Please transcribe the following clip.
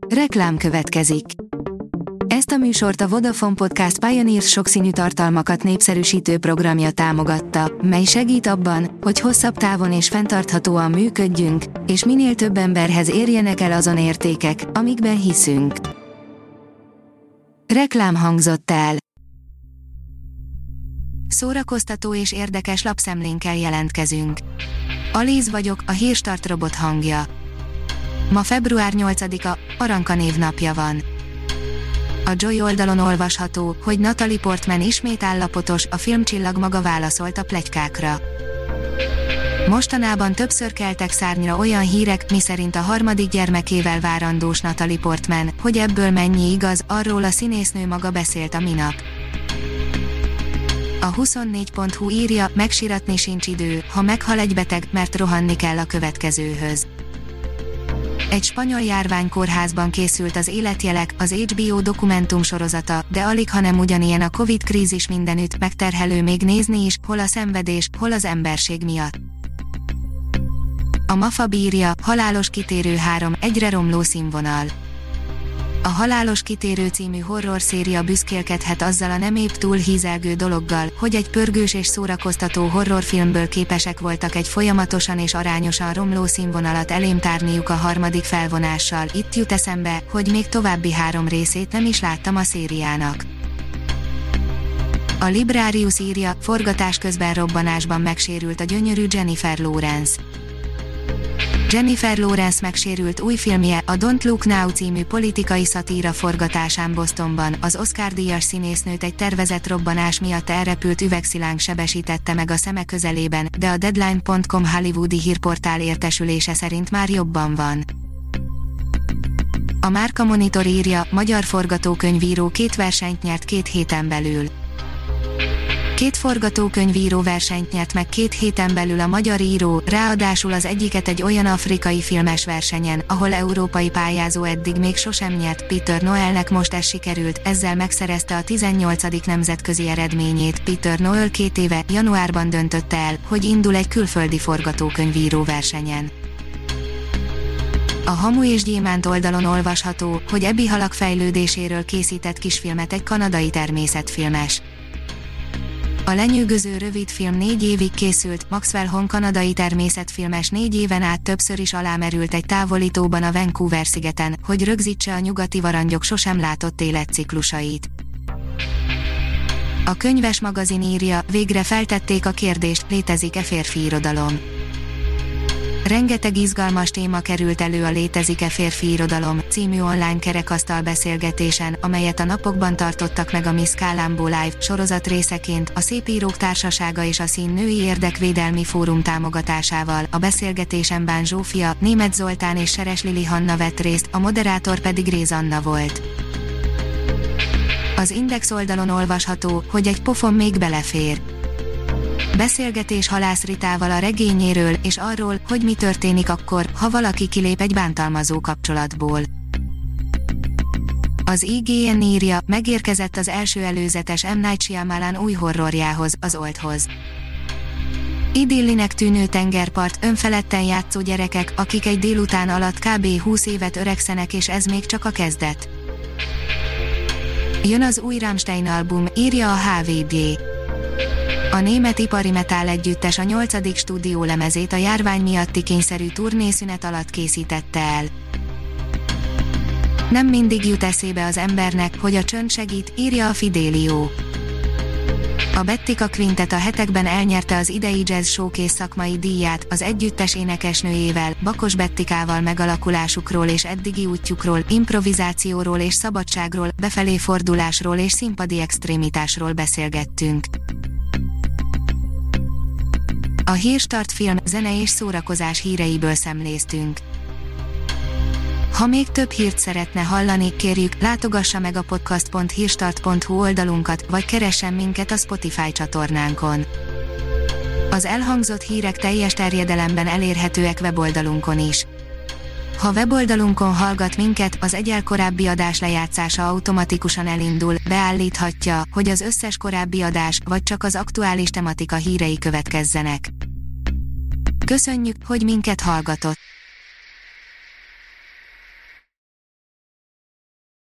Reklám következik. Ezt a műsort a Vodafone Podcast Pioneers sokszínű tartalmakat népszerűsítő programja támogatta, mely segít abban, hogy hosszabb távon és fenntarthatóan működjünk, és minél több emberhez érjenek el azon értékek, amikben hiszünk. Reklám hangzott el. Szórakoztató és érdekes lapszemlénkkel jelentkezünk. Alíz vagyok, a Hírstart robot hangja. Ma február 8-a, Aranka névnapja van. A Joy oldalon olvasható, hogy Natalie Portman ismét állapotos, a filmcsillag maga válaszolt a pletykákra. Mostanában többször keltek szárnyra olyan hírek, miszerint a harmadik gyermekével várandós Natalie Portman, hogy ebből mennyi igaz, arról a színésznő maga beszélt a minap. A 24.hu írja, megsiratni sincs idő, ha meghal egy beteg, mert rohanni kell a következőhöz. Egy spanyol járványkórházban készült az Életjelek, az HBO dokumentumsorozata, de alig hanem ugyanilyen a Covid-krízis mindenütt, megterhelő még nézni is, hol a szenvedés, hol az emberség miatt. A MAFA bírja, halálos kitérő 3, egyre romló színvonal. A Halálos kitérő című horrorszéria büszkélkedhet azzal a nem épp túl hízelgő dologgal, hogy egy pörgős és szórakoztató horrorfilmből képesek voltak egy folyamatosan és arányosan romló színvonalat elém tárniuk a harmadik felvonással. Itt jut eszembe, hogy még további 3 részét nem is láttam a szériának. A Librarius írja, forgatás közben robbanásban megsérült a gyönyörű Jennifer Lawrence. Jennifer Lawrence megsérült új filmje, a Don't Look Now című politikai szatíra forgatásán Bostonban. Az Oscar-díjas színésznőt egy tervezett robbanás miatt elrepült üvegszilánk sebesítette meg a szeme közelében, de a Deadline.com hollywoodi hírportál értesülése szerint már jobban van. A Márka Monitor írja, magyar forgatókönyvíró 2 versenyt nyert 2 héten belül. 2 forgatókönyvíró versenyt nyert meg 2 héten belül a magyar író, ráadásul az egyiket egy olyan afrikai filmes versenyen, ahol európai pályázó eddig még sosem nyert. Peter Noelnek most ez sikerült, ezzel megszerezte a 18. nemzetközi eredményét. Peter Noel 2 éve, januárban döntötte el, hogy indul egy külföldi forgatókönyvíró versenyen. A Hamu és Gyémánt oldalon olvasható, hogy ebihalak fejlődéséről készített kisfilmet egy kanadai természetfilmes. A lenyűgöző rövidfilm 4 évig készült, Maxwell Hong kanadai természetfilmes 4 éven át többször is alámerült egy távolítóban a Vancouver-szigeten, hogy rögzítse a nyugati varangyok sosem látott életciklusait. A Könyves magazin írja, végre feltették a kérdést, létezik-e férfi irodalom. Rengeteg izgalmas téma került elő a Létezik-e férfi irodalom című online kerekasztal beszélgetésen, amelyet a napokban tartottak meg a Miss Kalambó Live sorozat részeként, a Szépírók Társasága és a Szín Női Érdekvédelmi Fórum támogatásával. A beszélgetésen Bán Zsófia, Németh Zoltán és Seres Lili Hanna vett részt, a moderátor pedig Réz Anna volt. Az Index oldalon olvasható, hogy egy pofon még belefér. Beszélgetés Halász Ritával a regényéről, és arról, hogy mi történik akkor, ha valaki kilép egy bántalmazó kapcsolatból. Az IGN írja, megérkezett az első előzetes M. Night Shyamalan új horrorjához, az Oldhoz. Idillinek tűnő tengerpart, önfeledten játszó gyerekek, akik egy délután alatt kb. 20 évet öregszenek, és ez még csak a kezdet. Jön az új Rammstein album, írja a HVG. A német ipari metál együttes a 8. stúdiólemezét a járvány miatti kényszerű turnészünet alatt készítette el. Nem mindig jut eszébe az embernek, hogy a csönd segít, írja a Fidelio. A Bettika Quintet a hetekben elnyerte az idei Jazz Showcase szakmai díját, az együttes énekesnőjével, Bakos Bettikával megalakulásukról és eddigi útjukról, improvizációról és szabadságról, befelé fordulásról és színpadi extrémitásról beszélgettünk. A Hírstart film, zene és szórakozás híreiből szemléztünk. Ha még több hírt szeretne hallani, kérjük, látogassa meg a podcast.hírstart.hu oldalunkat, vagy keressen minket a Spotify csatornánkon. Az elhangzott hírek teljes terjedelemben elérhetőek weboldalunkon is. Ha weboldalunkon hallgat minket, az egyel korábbi adás lejátszása automatikusan elindul, beállíthatja, hogy az összes korábbi adás, vagy csak az aktuális tematika hírei következzenek. Köszönjük, hogy minket hallgatott!